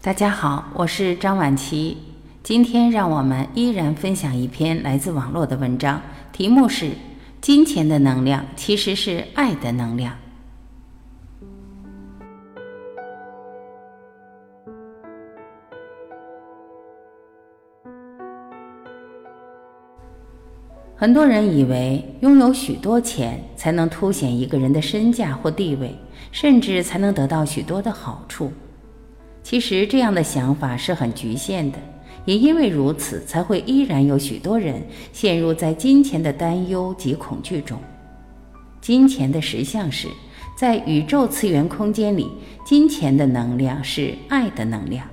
大家好，我是张婉琪。今天让我们依然分享一篇来自网络的文章，题目是金钱的能量其实是爱的能量。很多人以为拥有许多钱才能凸显一个人的身价或地位，甚至才能得到许多的好处。其实这样的想法是很局限的，也因为如此，才会依然有许多人陷入在金钱的担忧及恐惧中。金钱的实相是，在宇宙次元空间里，金钱的能量是爱的能量。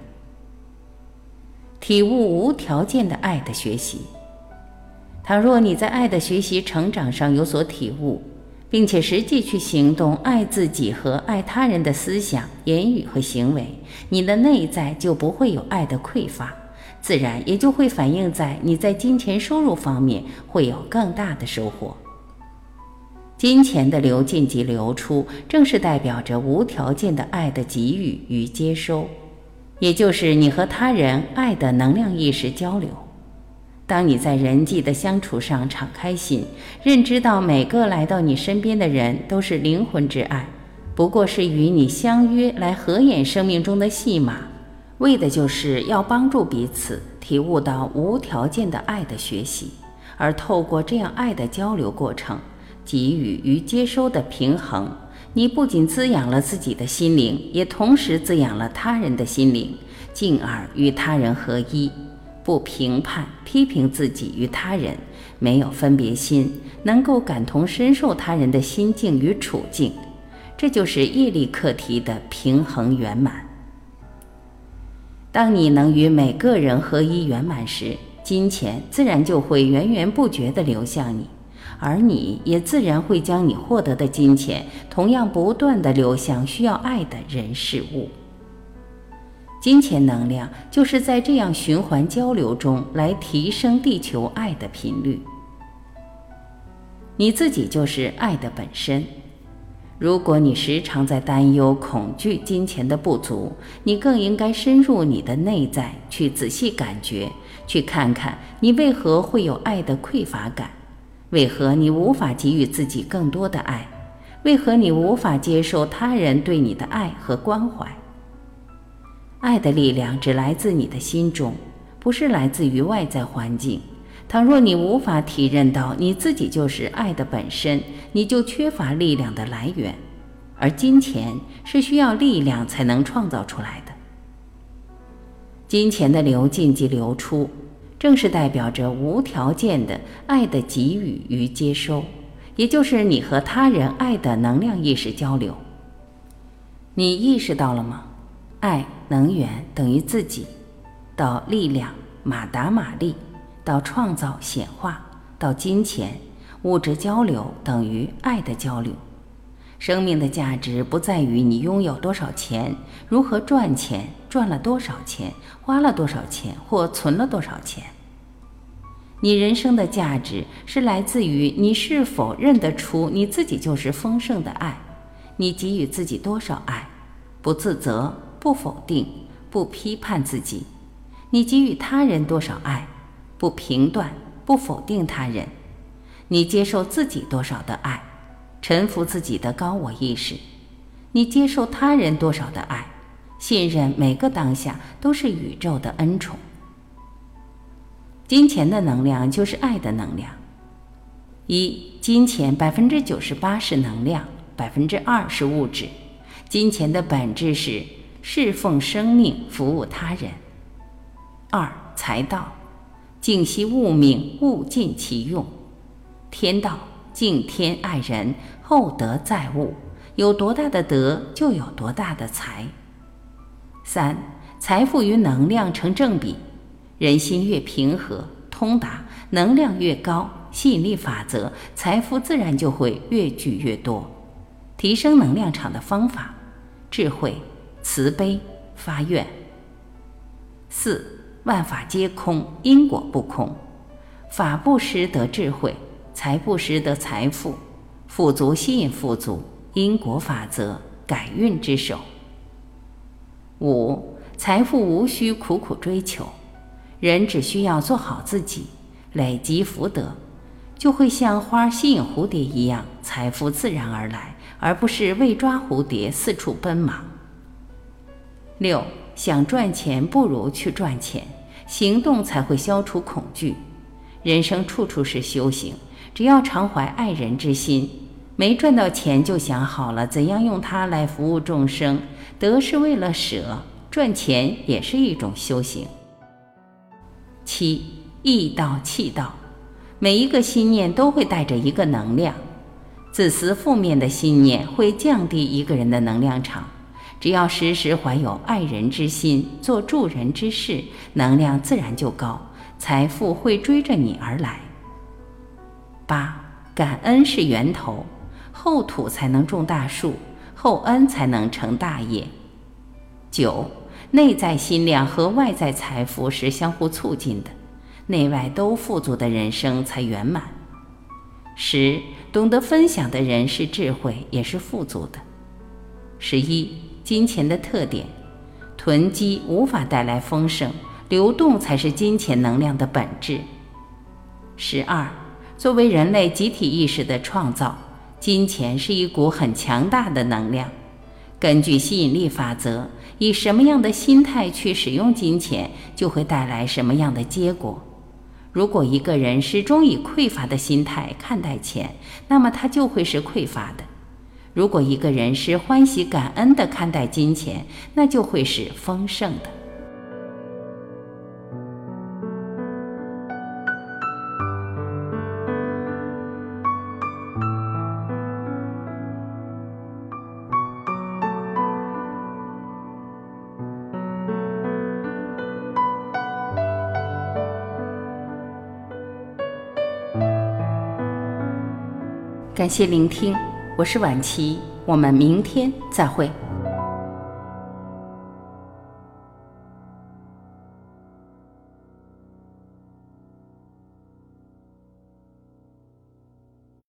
体悟无条件的爱的学习。倘若你在爱的学习成长上有所体悟，并且实际去行动爱自己和爱他人的思想、言语和行为，你的内在就不会有爱的匮乏，自然也就会反映在你在金钱收入方面会有更大的收获。金钱的流进及流出，正是代表着无条件的爱的给予与接收，也就是你和他人爱的能量意识交流。当你在人际的相处上敞开心，认知到每个来到你身边的人都是灵魂之爱，不过是与你相约来合演生命中的戏码，为的就是要帮助彼此体悟到无条件的爱的学习，而透过这样爱的交流过程，给予与接收的平衡，你不仅滋养了自己的心灵，也同时滋养了他人的心灵，进而与他人合一。不评判、批评自己与他人，没有分别心，能够感同身受他人的心境与处境，这就是业力课题的平衡圆满。当你能与每个人合一圆满时，金钱自然就会源源不绝地流向你，而你也自然会将你获得的金钱同样不断地流向需要爱的人事物。金钱能量就是在这样循环交流中来提升地球爱的频率。你自己就是爱的本身。如果你时常在担忧、恐惧金钱的不足，你更应该深入你的内在，去仔细感觉，去看看你为何会有爱的匮乏感，为何你无法给予自己更多的爱，为何你无法接受他人对你的爱和关怀。爱的力量只来自你的心中，不是来自于外在环境。倘若你无法体认到你自己就是爱的本身，你就缺乏力量的来源，而金钱是需要力量才能创造出来的。金钱的流进及流出，正是代表着无条件的爱的给予与接收，也就是你和他人爱的能量意识交流。你意识到了吗？爱能源等于自己，到力量马达马力，到创造显化，到金钱物质交流等于爱的交流。生命的价值不在于你拥有多少钱，如何赚钱，赚了多少钱，花了多少钱或存了多少钱。你人生的价值是来自于你是否认得出你自己就是丰盛的爱，你给予自己多少爱，不自责，不否定，不批判自己，你给予他人多少爱，不评断，不否定他人，你接受自己多少的爱，臣服自己的高我意识，你接受他人多少的爱，信任每个当下都是宇宙的恩宠。金钱的能量就是爱的能量。金钱 98% 是能量， 2% 是物质。金钱的本质是侍奉生命，服务他人。财道，敬惜物命，物尽其用。天道，敬天爱人，厚德载物，有多大的德就有多大的财。财富与能量成正比，人心越平和通达，能量越高，吸引力法则，财富自然就会越聚越多。提升能量场的方法：智慧、慈悲、发愿。万法皆空，因果不空。法不施得智慧，财不施得财富，富足吸引富足，因果法则，改运之手。 财富无需苦苦追求，人只需要做好自己，累积福德，就会像花吸引蝴蝶一样，财富自然而来，而不是为抓蝴蝶四处奔忙。6. 想赚钱不如去赚钱，行动才会消除恐惧。人生处处是修行，只要常怀爱人之心，没赚到钱就想好了怎样用它来服务众生，得是为了舍，赚钱也是一种修行。7. 意道气道，每一个心念都会带着一个能量，自私负面的心念会降低一个人的能量场，只要时时怀有爱人之心，做助人之事，能量自然就高，财富会追着你而来。8. 感恩是源头，厚土才能种大树，厚恩才能成大业。9. 内在心量和外在财富是相互促进的，内外都富足的人生才圆满。10. 懂得分享的人是智慧，也是富足的。11. 金钱的特点，囤积无法带来丰盛，流动才是金钱能量的本质。12. 作为人类集体意识的创造，金钱是一股很强大的能量。根据吸引力法则，以什么样的心态去使用金钱，就会带来什么样的结果。如果一个人始终以匮乏的心态看待钱，那么他就会是匮乏的；如果一个人是欢喜感恩地看待金钱，那就会是丰盛的。感谢聆听，我是婉琪，我们明天再会。